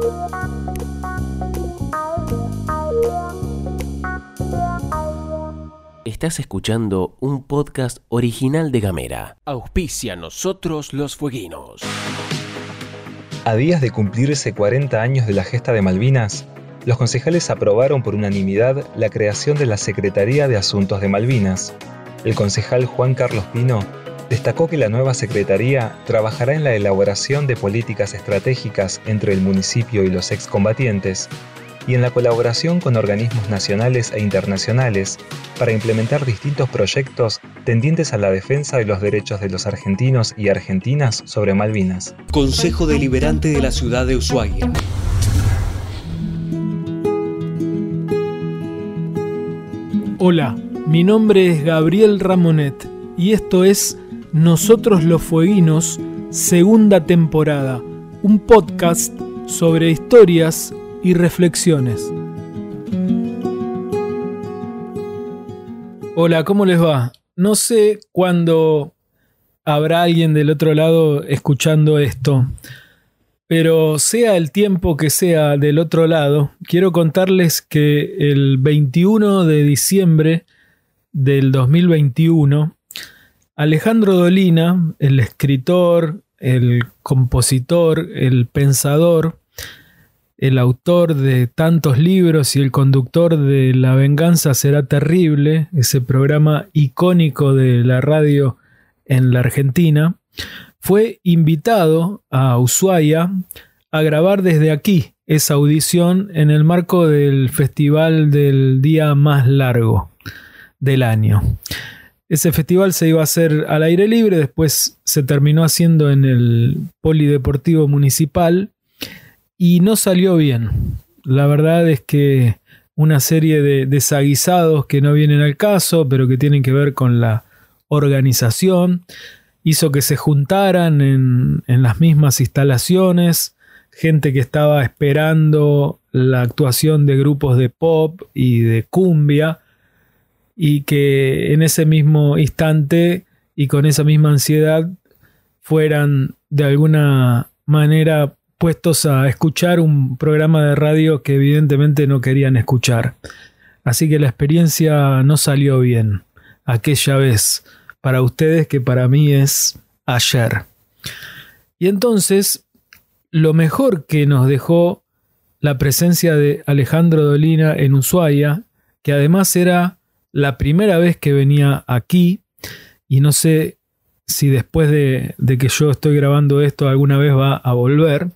Estás escuchando un podcast original de Gamera. Auspicia Nosotros los Fueguinos. A días de cumplirse 40 años de la gesta de Malvinas, los concejales aprobaron por unanimidad la creación de la Secretaría de Asuntos de Malvinas. El concejal Juan Carlos Pino destacó que la nueva secretaría trabajará en la elaboración de políticas estratégicas entre el municipio y los excombatientes y en la colaboración con organismos nacionales e internacionales para implementar distintos proyectos tendientes a la defensa de los derechos de los argentinos y argentinas sobre Malvinas. Consejo Deliberante de la Ciudad de Ushuaia. Hola, mi nombre es Gabriel Ramonet y esto es Nosotros los Fueguinos, segunda temporada, un podcast sobre historias y reflexiones. Hola, ¿cómo les va? No sé cuándo habrá alguien del otro lado escuchando esto, pero sea el tiempo que sea del otro lado, quiero contarles que el 21 de diciembre del 2021, Alejandro Dolina, el escritor, el compositor, el pensador, el autor de tantos libros y el conductor de La venganza será terrible, ese programa icónico de la radio en la Argentina, fue invitado a Ushuaia a grabar desde aquí esa audición en el marco del festival del día más largo del año. Ese festival se iba a hacer al aire libre, después se terminó haciendo en el Polideportivo Municipal y no salió bien. La verdad es que una serie de desaguisados que no vienen al caso, pero que tienen que ver con la organización, hizo que se juntaran en las mismas instalaciones gente que estaba esperando la actuación de grupos de pop y de cumbia, y que en ese mismo instante y con esa misma ansiedad fueran de alguna manera puestos a escuchar un programa de radio que evidentemente no querían escuchar. Así que la experiencia no salió bien aquella vez para ustedes, que para mí es ayer. Y entonces, lo mejor que nos dejó la presencia de Alejandro Dolina en Ushuaia, que además era la primera vez que venía aquí, y no sé si después de que yo estoy grabando esto alguna vez va a volver.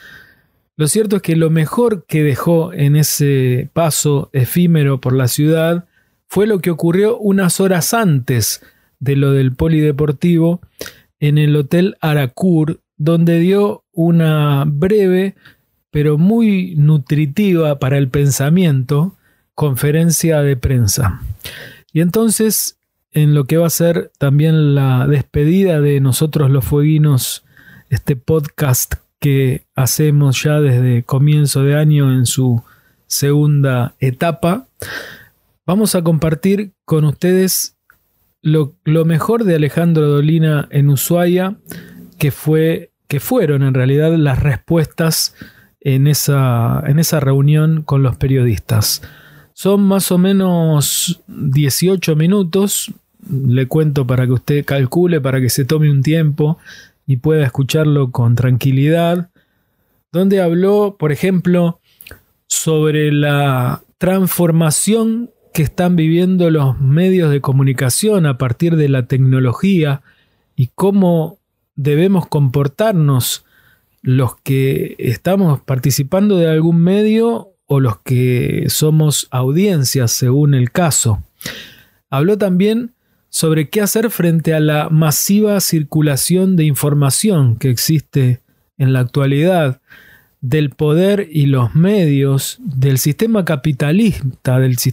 Lo cierto es que lo mejor que dejó en ese paso efímero por la ciudad fue lo que ocurrió unas horas antes de lo del Polideportivo en el Hotel Aracur, donde dio una breve pero muy nutritiva para el pensamiento conferencia de prensa. Y entonces, en lo que va a ser también la despedida de Nosotros los Fueguinos, este podcast que hacemos ya desde comienzo de año en su segunda etapa, vamos a compartir con ustedes lo mejor de Alejandro Dolina en Ushuaia, que fueron en realidad las respuestas en esa reunión con los periodistas. Son más o menos 18 minutos, le cuento para que usted calcule, para que se tome un tiempo y pueda escucharlo con tranquilidad, donde habló, por ejemplo, sobre la transformación que están viviendo los medios de comunicación a partir de la tecnología y cómo debemos comportarnos los que estamos participando de algún medio o los que somos audiencias según el caso. Habló también sobre qué hacer frente a la masiva circulación de información que existe en la actualidad, del poder y los medios, del sistema capitalista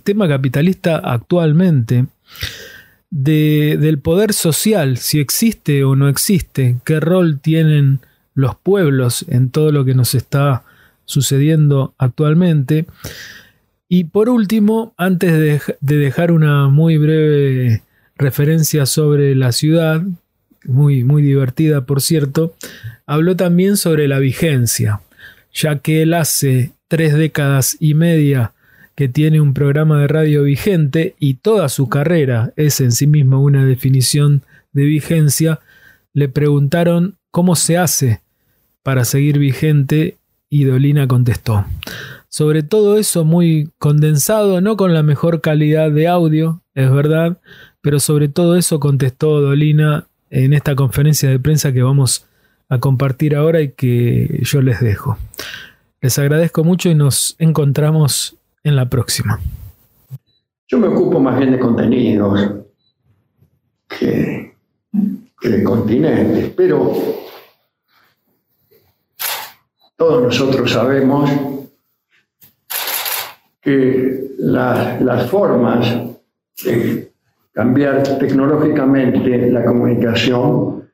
actualmente, del poder social, si existe o no existe, qué rol tienen los pueblos en todo lo que nos está sucediendo actualmente. Y por último, antes de dejar una muy breve referencia sobre la ciudad, muy, muy divertida por cierto, habló también sobre la vigencia. ya que él hace 3 décadas y media que tiene un programa de radio vigente y toda su carrera es en sí misma una definición de vigencia, le preguntaron cómo se hace para seguir vigente y Dolina contestó. Sobre todo eso muy condensado, no con la mejor calidad de audio, es verdad, pero sobre todo eso contestó Dolina en esta conferencia de prensa que vamos a compartir ahora y que yo les dejo. Les agradezco mucho y nos encontramos en la próxima. Yo me ocupo más bien de contenidos que de continentes, pero todos nosotros sabemos que las formas de cambiar tecnológicamente la comunicación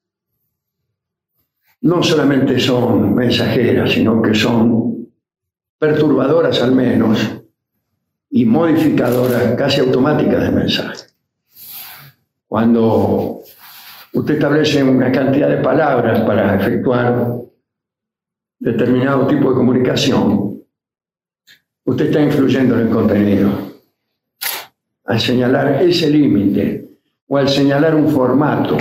no solamente son mensajeras, sino que son perturbadoras al menos y modificadoras casi automáticas de mensaje. Cuando usted establece una cantidad de palabras para efectuar determinado tipo de comunicación, usted está influyendo en el contenido. Al señalar ese límite o al señalar un formato,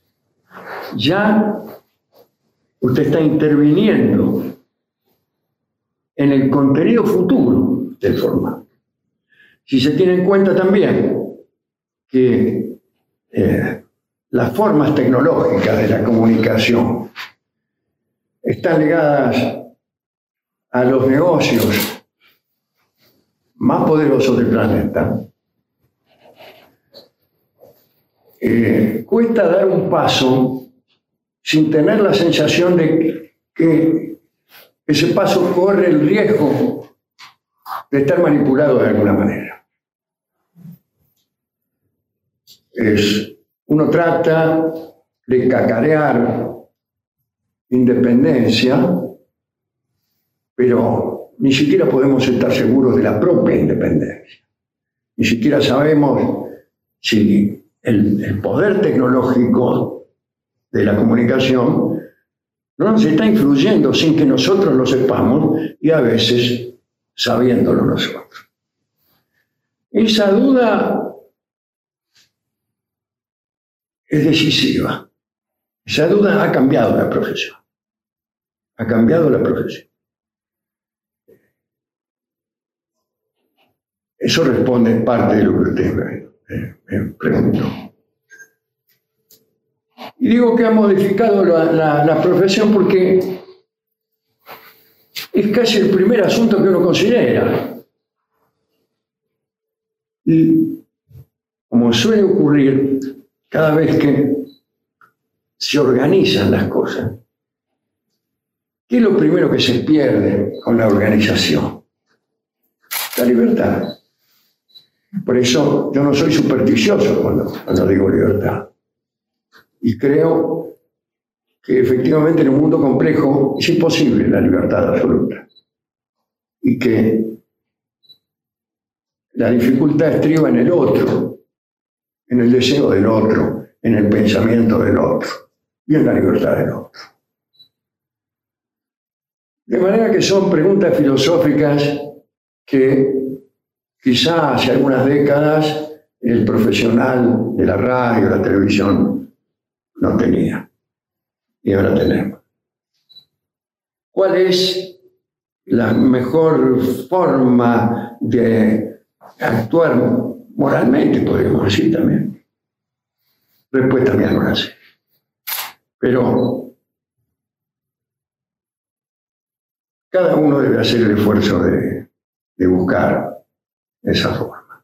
ya usted está interviniendo en el contenido futuro del formato. Si se tiene en cuenta también que las formas tecnológicas de la comunicación están ligadas a los negocios más poderosos del planeta, cuesta dar un paso sin tener la sensación de que ese paso corre el riesgo de estar manipulado de alguna manera. Uno trata de cacarear independencia, pero ni siquiera podemos estar seguros de la propia independencia. Ni siquiera sabemos si el poder tecnológico de la comunicación no nos está influyendo sin que nosotros lo sepamos y a veces sabiéndolo nosotros. Esa duda es decisiva. Esa duda ha cambiado la profesión. Ha cambiado la profesión. Eso responde en parte de lo que usted me preguntó. Y digo que ha modificado la profesión porque es casi el primer asunto que uno considera. Y como suele ocurrir cada vez que se organizan las cosas, ¿qué es lo primero que se pierde con la organización? La libertad. Por eso yo no soy supersticioso cuando digo libertad. Y creo que efectivamente en un mundo complejo es imposible la libertad absoluta. Y que la dificultad estriba en el otro, en el deseo del otro, en el pensamiento del otro y en la libertad del otro. De manera que son preguntas filosóficas que quizá hace algunas décadas el profesional de la radio, la televisión, no tenía. Y ahora tenemos. ¿Cuál es la mejor forma de actuar moralmente, podríamos decir también? Respuesta mía no la sé. Pero cada uno debe hacer el esfuerzo de buscar esa forma.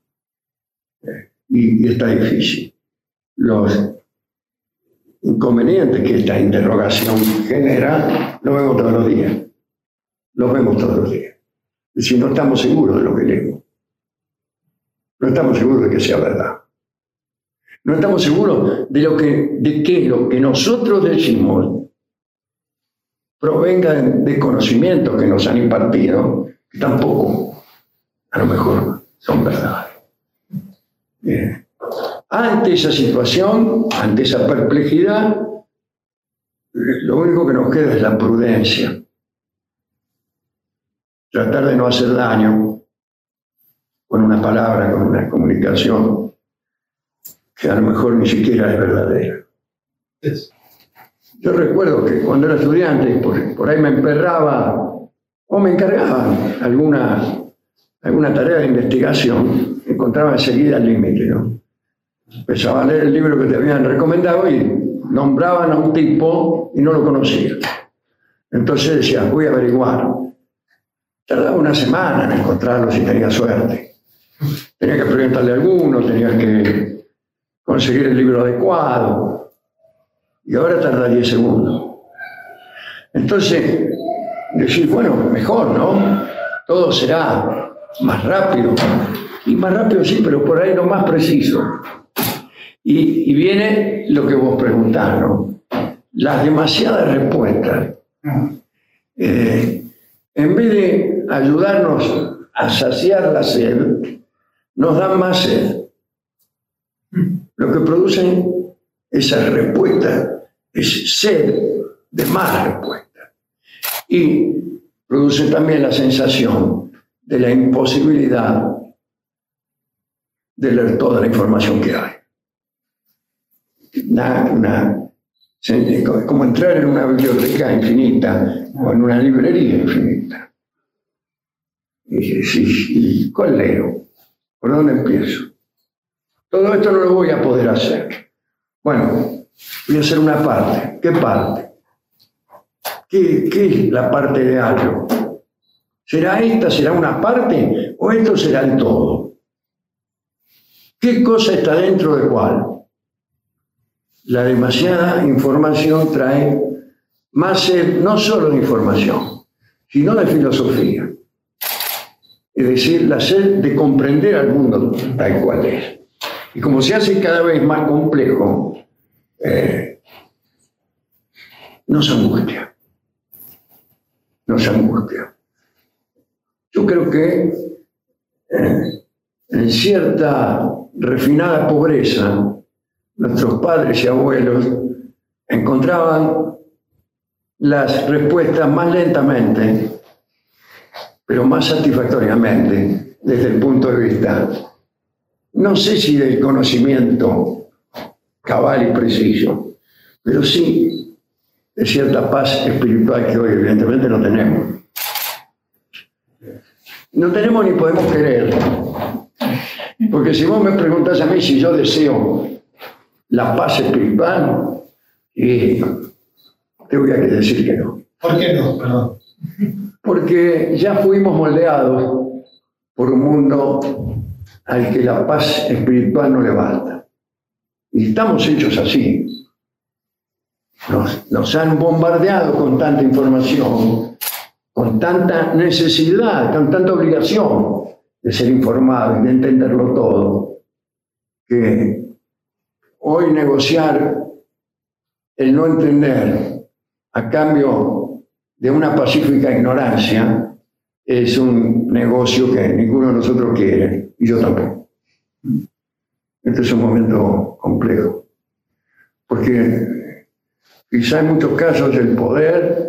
Y está difícil. Los inconvenientes que esta interrogación genera los vemos todos los días. Los vemos todos los días. Y si no estamos seguros de lo que leemos, no estamos seguros de que sea verdad. No estamos seguros de que lo que nosotros decimos provenga de conocimientos que nos han impartido, que tampoco, a lo mejor, son verdades. Ante esa situación, ante esa perplejidad, lo único que nos queda es la prudencia. tratar de no hacer daño con una palabra, con una comunicación que a lo mejor ni siquiera es verdadera. Yo recuerdo que cuando era estudiante, por ahí me emperraba o me encargaban alguna tarea de investigación, encontraba enseguida el límite, ¿no? Empezaba a leer el libro que te habían recomendado y nombraban a un tipo y no lo conocía. Entonces decía, voy a averiguar. Tardaba una semana en encontrarlo si tenía suerte. Tenía que preguntarle a alguno, tenía que conseguir el libro adecuado. Y ahora tarda 10 segundos. Entonces, decís, bueno, mejor, ¿no? Todo será más rápido. Y más rápido sí, pero por ahí no más preciso. Y viene lo que vos preguntás, ¿no? Las demasiadas respuestas. En vez de ayudarnos a saciar la sed, nos dan más sed. Lo que producen esas respuestas es sed de más respuestas. Y produce también la sensación de la imposibilidad de leer toda la información que hay. Como entrar en una biblioteca infinita o en una librería infinita. ¿Y cuál leo? ¿Por dónde empiezo? Todo esto no lo voy a poder hacer. Bueno, voy a hacer una parte. ¿Qué parte? ¿Qué es la parte de algo? ¿Será esta? ¿Será una parte? ¿O esto será el todo? ¿Qué cosa está dentro de cuál? La demasiada información trae más sed, no solo de información, sino de filosofía. Es decir, la sed de comprender al mundo tal cual es. Y como se hace cada vez más complejo, nos angustia. Nos angustia. Yo creo que en cierta refinada pobreza, nuestros padres y abuelos encontraban las respuestas más lentamente, pero más satisfactoriamente desde el punto de vista, no sé si del conocimiento cabal y preciso, pero sí de cierta paz espiritual que hoy evidentemente no tenemos. No tenemos ni podemos querer, porque si vos me preguntás a mí si yo deseo la paz espiritual, y te voy a decir que no. ¿Por qué no? Perdón. Porque ya fuimos moldeados por un mundo al que la paz espiritual no le basta. Y estamos hechos así. Nos han bombardeado con tanta información, con tanta necesidad, con tanta obligación de ser informados y de entenderlo todo, que hoy negociar el no entender a cambio de una pacífica ignorancia es un negocio que ninguno de nosotros quiere, y yo tampoco. Este es un momento complejo, porque quizá en muchos casos el poder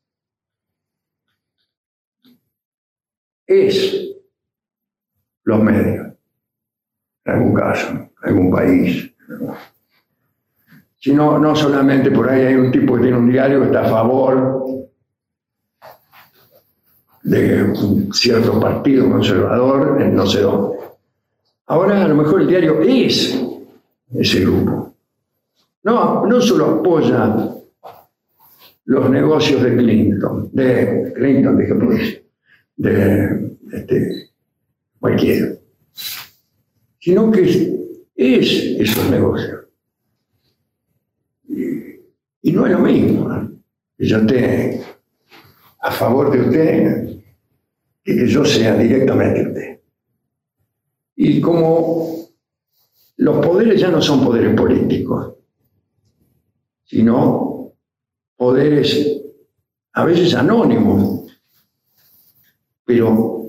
es los medios, en algún caso, en algún país. Sino, no solamente por ahí hay un tipo que tiene un diario que está a favor de un cierto partido conservador en no sé dónde. Ahora a lo mejor el diario es ese grupo. No solo apoya los negocios de Clinton, dije pues, cualquiera, sino que es esos negocios. Y no es lo mismo, ¿no? Que yo esté a favor de usted que yo sea directamente usted. Y como los poderes ya no son poderes políticos, sino poderes a veces anónimos, pero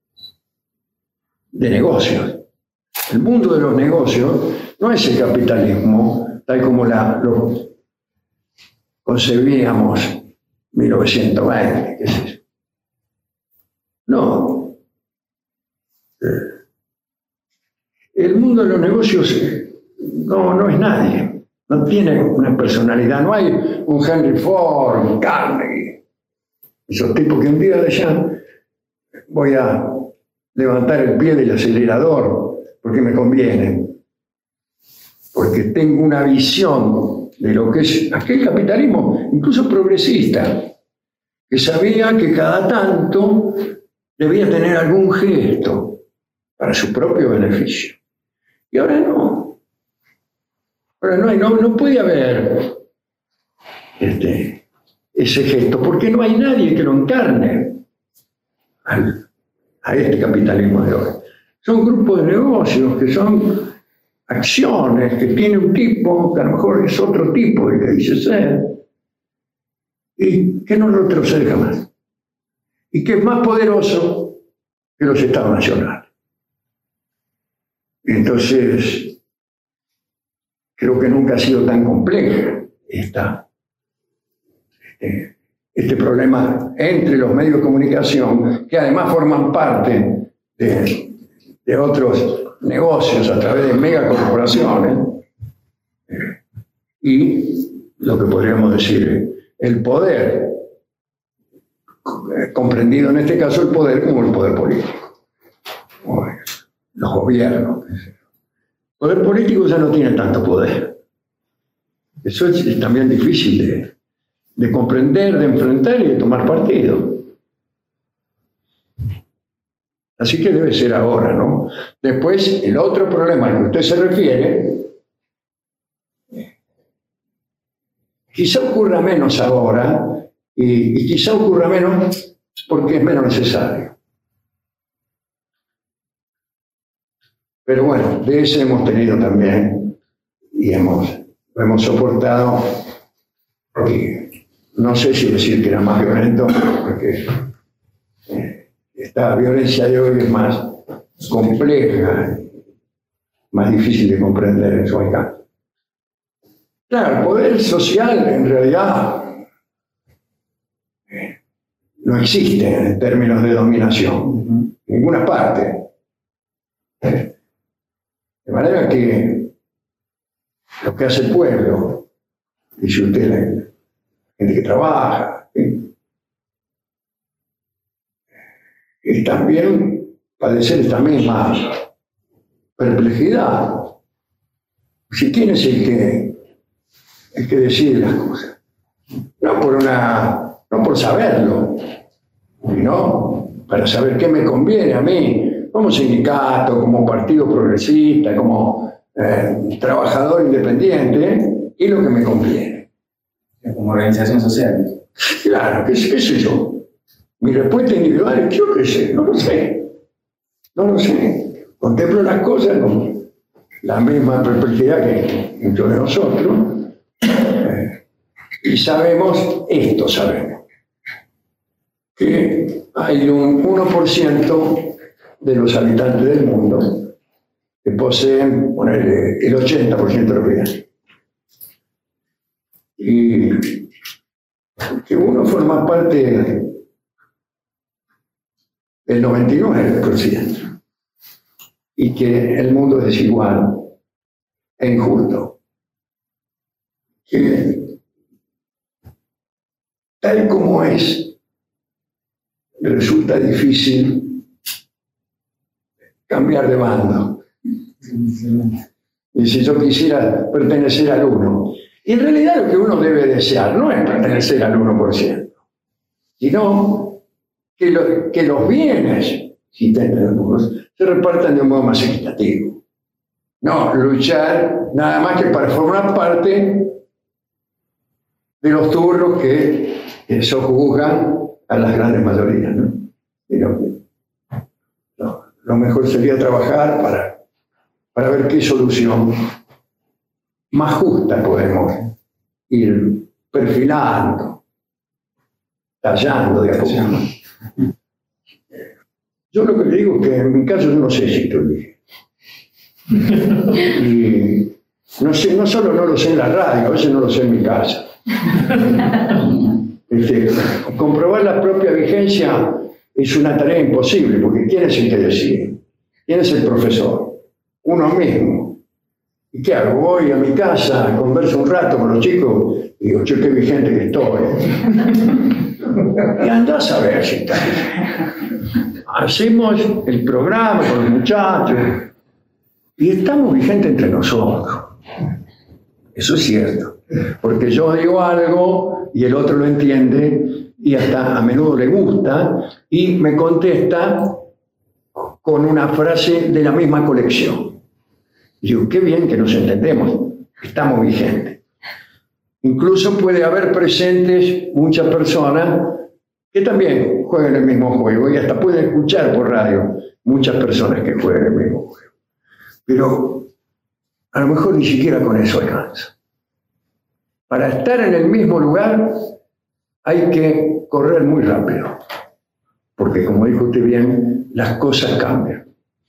de negocios. El mundo de los negocios no es el capitalismo tal como lo concebíamos en 1920, qué es eso. El mundo de los negocios no es nadie, no tiene una personalidad, no hay un Henry Ford, un Carnegie, esos tipos que un día decían, voy a levantar el pie del acelerador porque me conviene, porque tengo una visión de lo que es aquel capitalismo, incluso progresista, que sabía que cada tanto debía tener algún gesto para su propio beneficio. Y ahora no. Ahora no puede haber ese gesto, porque no hay nadie que lo encarne a este capitalismo de hoy. Son grupos de negocios que son acciones que tiene un tipo que a lo mejor es otro tipo de que dice ser y que no retrocede jamás y que es más poderoso que los estados nacionales. Entonces creo que nunca ha sido tan compleja este problema entre los medios de comunicación, que además forman parte de otros negocios a través de megacorporaciones, y lo que podríamos decir, el poder, comprendido en este caso el poder como el poder político, los gobiernos. El poder político ya no tiene tanto poder. Eso es también difícil de comprender, de enfrentar y de tomar partido. Así que debe ser ahora, ¿no? Después, el otro problema al que usted se refiere, quizá ocurra menos ahora y quizá ocurra menos porque es menos necesario. Pero bueno, de ese hemos tenido también y lo hemos soportado, y no sé si decir que era más violento, porque esta violencia de hoy es más compleja, más difícil de comprender en su alcance. Claro, el poder social en realidad no existe en términos de dominación, en ninguna parte. De manera que lo que hace el pueblo, dice usted, la gente que trabaja, y también padecer esta misma perplejidad. Si quién es el que decide las cosas, no por saberlo, sino para saber qué me conviene a mí, como sindicato, como partido progresista, como trabajador independiente, y lo que me conviene. Como organización social. Claro, qué sé yo. Mi respuesta individual es, yo qué sé, no lo sé. Contemplo las cosas con la misma perspectiva que muchos de nosotros, y sabemos, que hay un 1% de los habitantes del mundo que poseen el 80% de la propiedad. Y que uno forma parte del 99%. Y que el mundo es desigual e injusto. Que tal como es, resulta difícil cambiar de bando. Y si yo quisiera pertenecer al 1%, y en realidad lo que uno debe desear no es pertenecer al 1%, sino que los bienes se repartan de un modo más equitativo. No luchar nada más que para formar parte de los turros que sojuzgan a las grandes mayorías, ¿no? Lo mejor sería trabajar para ver qué solución más justa podemos ir perfilando, tallando de a poco. Yo lo que le digo es que en mi caso yo no sé si estoy bien. Y no solo no lo sé en la radio, a veces no lo sé en mi casa. Comprobar la propia vigencia es una tarea imposible, porque ¿quién es el que decide? ¿Quién es el profesor? Uno mismo. ¿Y qué hago? Voy a mi casa, converso un rato con los chicos y digo, che, qué vigente que estoy. Y andás a ver si está. Hacemos el programa con los muchachos y estamos vigentes entre nosotros. Eso es cierto. Porque yo digo algo y el otro lo entiende y hasta a menudo le gusta y me contesta con una frase de la misma colección. Y digo, qué bien que nos entendemos, estamos vigentes. Incluso puede haber presentes muchas personas que también juegan el mismo juego y hasta pueden escuchar por radio muchas personas que juegan el mismo juego. Pero a lo mejor ni siquiera con eso alcanza. Para estar en el mismo lugar hay que correr muy rápido, porque como dijo usted bien, las cosas cambian.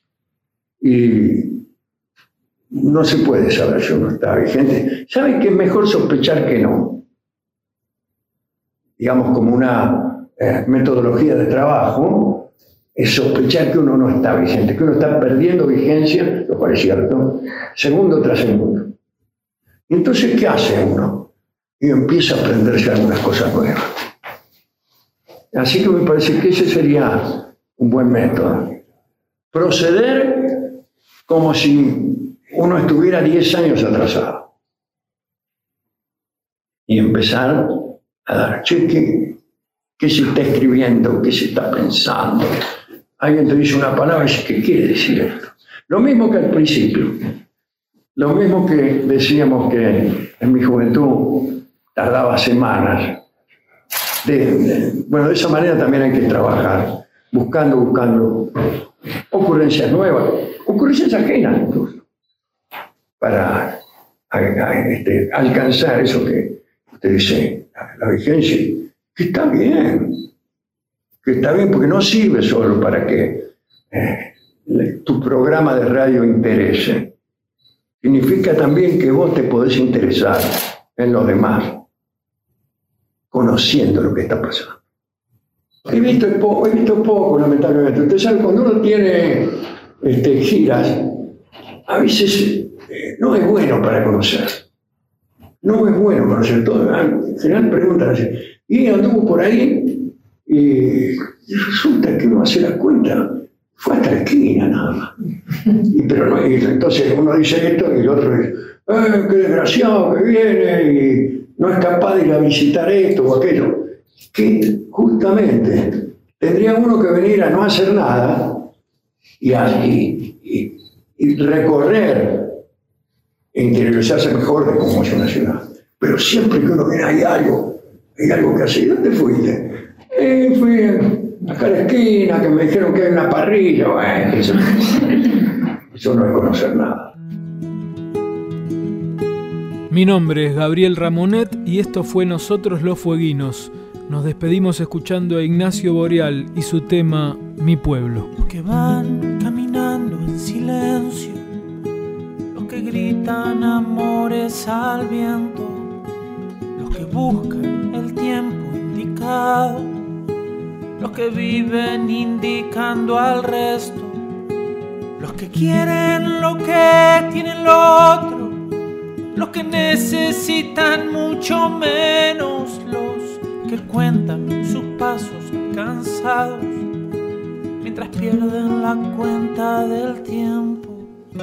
Y no se puede saber si uno está vigente. ¿Sabe que es mejor sospechar que no? Digamos, como una metodología de trabajo, es sospechar que uno no está vigente, que uno está perdiendo vigencia, lo cual es cierto, segundo tras segundo. Y entonces, ¿qué hace uno? Y empieza a aprenderse algunas cosas nuevas. Así que me parece que ese sería un buen método. Proceder como si uno estuviera 10 años atrasado. Y empezar a dar cheque. ¿Qué se está escribiendo? ¿Qué se está pensando? Alguien te dice una palabra y dice, ¿qué quiere decir esto? Lo mismo que al principio. Lo mismo que decíamos que en mi juventud tardaba semanas. Bueno, de esa manera también hay que trabajar, buscando ocurrencias nuevas, ocurrencias ajenas incluso, para alcanzar eso que usted dice, la vigencia, que está bien porque no sirve solo para que tu programa de radio interese. Significa también que vos te podés interesar en los demás, conociendo lo que está pasando. He visto poco, lamentablemente. Usted sabe, cuando uno tiene giras, a veces no es bueno para conocer. No es bueno conocer todo. En general preguntan así, y anduvo por ahí, y resulta que uno hace la cuenta, fue hasta la esquina nada más. Pero no, y entonces uno dice esto y el otro dice, qué desgraciado que viene y no es capaz de ir a visitar esto o aquello. Que justamente tendría uno que venir a no hacer nada y recorrer, interiorizarse mejor de cómo es una ciudad. Pero siempre que uno viene hay algo que hacer. ¿Dónde fuiste? Fui acá a la esquina, que me dijeron que hay una parrilla. Bueno, eso no es conocer nada. Mi nombre es Gabriel Ramonet y esto fue Nosotros los Fueguinos. Nos despedimos escuchando a Ignacio Boreal y su tema Mi Pueblo. Los que van caminando en silencio, los que gritan amores al viento, los que buscan el tiempo indicado, los que viven indicando al resto, los que quieren lo que tienen lo otro, los que necesitan mucho menos, los que cuentan sus pasos cansados mientras pierden la cuenta del tiempo.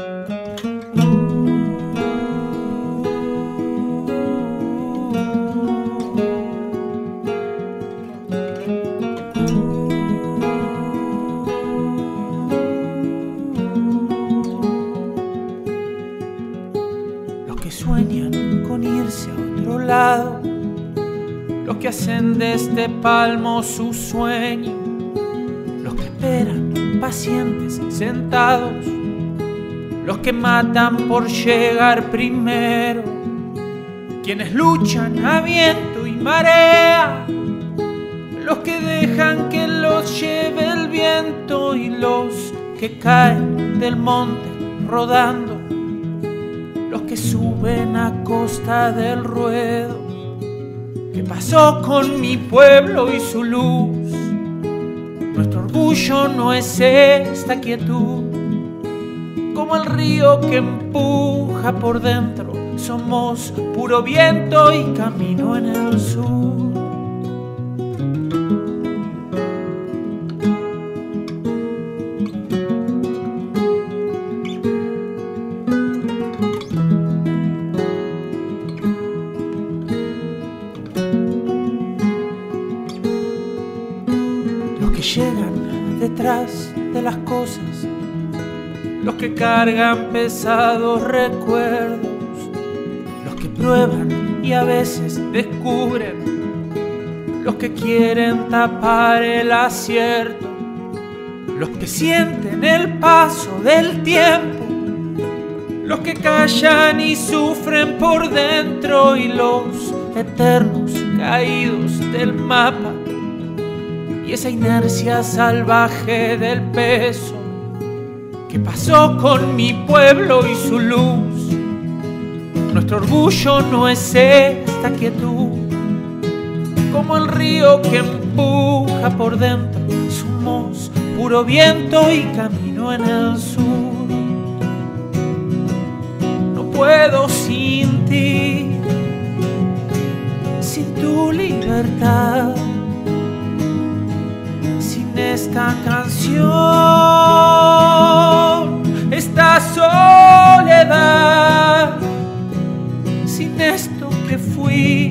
Sueñan con irse a otro lado, los que hacen de este palmo su sueño, los que esperan pacientes sentados, los que matan por llegar primero, quienes luchan a viento y marea, los que dejan que los lleve el viento y los que caen del monte rodando, los que suben a costa del ruedo. ¿Qué pasó con mi pueblo y su luz? Nuestro orgullo no es esta quietud, como el río que empuja por dentro. Somos puro viento y camino en el sur. Los que llegan detrás de las cosas, los que cargan pesados recuerdos, los que prueban y a veces descubren, los que quieren tapar el acierto, los que sienten el paso del tiempo, los que callan y sufren por dentro, y los eternos caídos del mapa y esa inercia salvaje del peso. ¿Qué pasó con mi pueblo y su luz? Nuestro orgullo no es esta quietud, como el río que empuja por dentro. Somos puro viento y camino en el sur. No puedo sin ti, sin tu libertad, sin esta canción, esta soledad, sin esto que fui,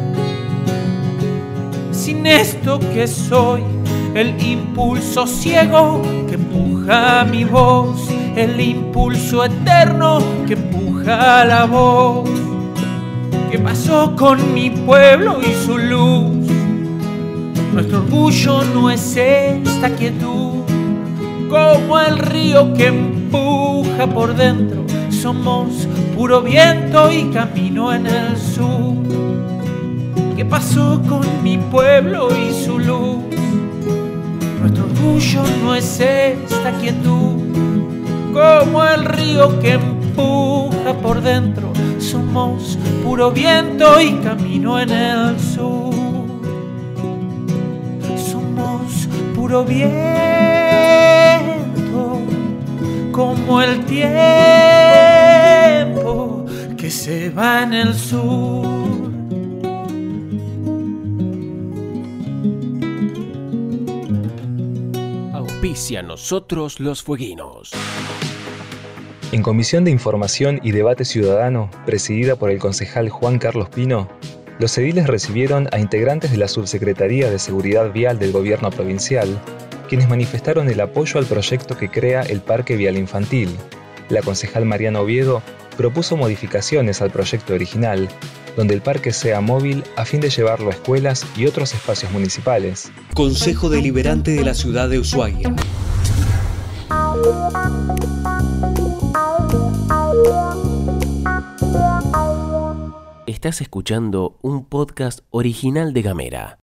sin esto que soy, el impulso ciego que empuja mi voz, el impulso eterno que empuja la voz. ¿Qué pasó con mi pueblo y su luz? Nuestro orgullo no es esta quietud, como el río que empuja por dentro. Somos puro viento y camino en el sur. ¿Qué pasó con mi pueblo y su luz? Nuestro orgullo no es esta quietud, como el río que empuja por dentro. Somos puro viento y camino en el sur. Somos puro viento, como el tiempo que se va en el sur. Auspicia Nosotros los Fueguinos. En Comisión de Información y Debate Ciudadano, presidida por el concejal Juan Carlos Pino, los ediles recibieron a integrantes de la Subsecretaría de Seguridad Vial del Gobierno Provincial, quienes manifestaron el apoyo al proyecto que crea el Parque Vial Infantil. La concejal Mariana Oviedo propuso modificaciones al proyecto original, donde el parque sea móvil a fin de llevarlo a escuelas y otros espacios municipales. Consejo Deliberante de la Ciudad de Ushuaia. Estás escuchando un podcast original de Gamera.